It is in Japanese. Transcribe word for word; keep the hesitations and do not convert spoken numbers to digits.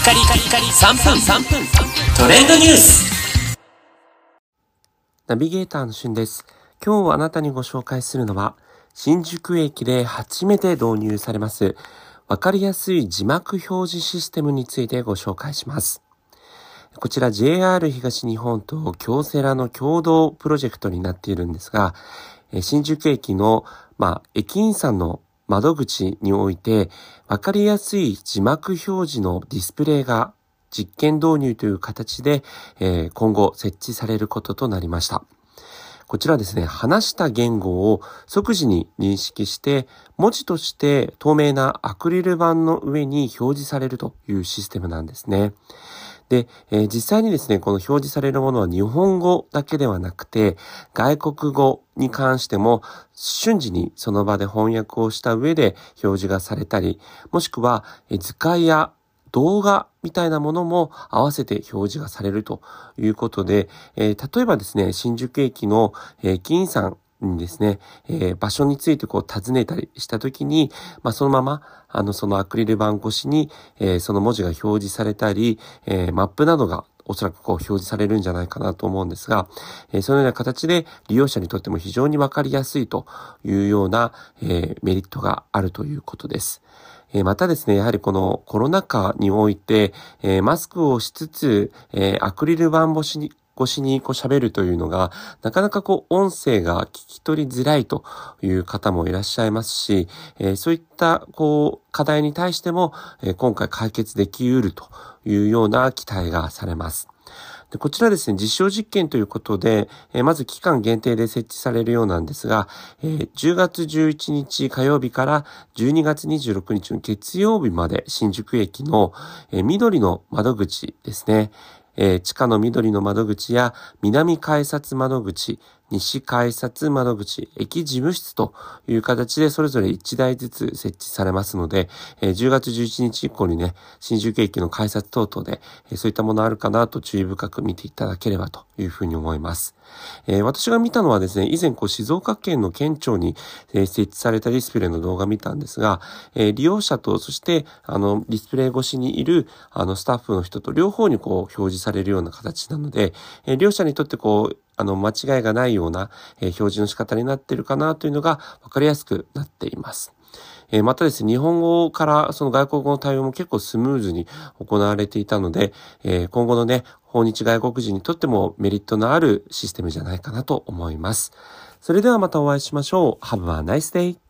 カリカリカリさんぷんさんぷんトレンドニュース。 ナビゲーターのしゅんです。今日あなたにご紹介するのは、新宿駅で初めて導入されますわかりやすい字幕表示システムについてご紹介します。こちら ジェイアール 東日本と京セラの共同プロジェクトになっているんですが、新宿駅の、まあ、駅員さんの窓口においてわかりやすい字幕表示のディスプレイが実験導入という形で、えー、今後設置されることとなりました。こちらですね、話した言語を即時に認識して文字として透明なアクリル板の上に表示されるというシステムなんですね。で、えー、実際にですね、この表示されるものは日本語だけではなくて、外国語に関しても瞬時にその場で翻訳をした上で表示がされたり、もしくは、えー、図解や動画みたいなものも合わせて表示がされるということで、えー、例えばですね、新宿駅の駅員さんにですね、えー、場所についてこう尋ねたりしたときに、まあ、そのまま、あの、そのアクリル板越しに、えー、その文字が表示されたり、えー、マップなどがおそらくこう表示されるんじゃないかなと思うんですが、えー、そのような形で利用者にとっても非常にわかりやすいというような、えー、メリットがあるということです。えー、またですね、やはりこのコロナ禍において、えー、マスクをしつつ、えー、アクリル板越しに越しにこう喋るというのが、なかなかこう音声が聞き取りづらいという方もいらっしゃいますし、えー、そういったこう課題に対しても、えー、今回解決できうるというような期待がされます。でこちらですね、実証実験ということで、えー、まず期間限定で設置されるようなんですが、えー、じゅうがつじゅういちにち火曜日からじゅうにがつにじゅうろくにちの月曜日まで新宿駅の、えー、緑の窓口ですね、えー、地下の緑の窓口や南改札窓口、西改札窓口、駅事務室という形でそれぞれいちだいずつ設置されますので、えー、じゅうがつじゅういちにち以降にね、新宿駅の改札等々で、えー、そういったものあるかなと注意深く見ていただければというふうに思います。えー、私が見たのはですね、以前こう静岡県の県庁に、えー、設置されたディスプレイの動画を見たんですが、えー、利用者とそしてあのディスプレイ越しにいるあのスタッフの人と両方にこう表示されるような形なので、えー、利用者にとってこうあの間違いがないような、えー、表示の仕方になっているかなというのが分かりやすくなっています。えー、またですね、日本語からその外国語の対応も結構スムーズに行われていたので、えー、今後のね、訪日外国人にとってもメリットのあるシステムじゃないかなと思います。それではまたお会いしましょう。Have a nice day!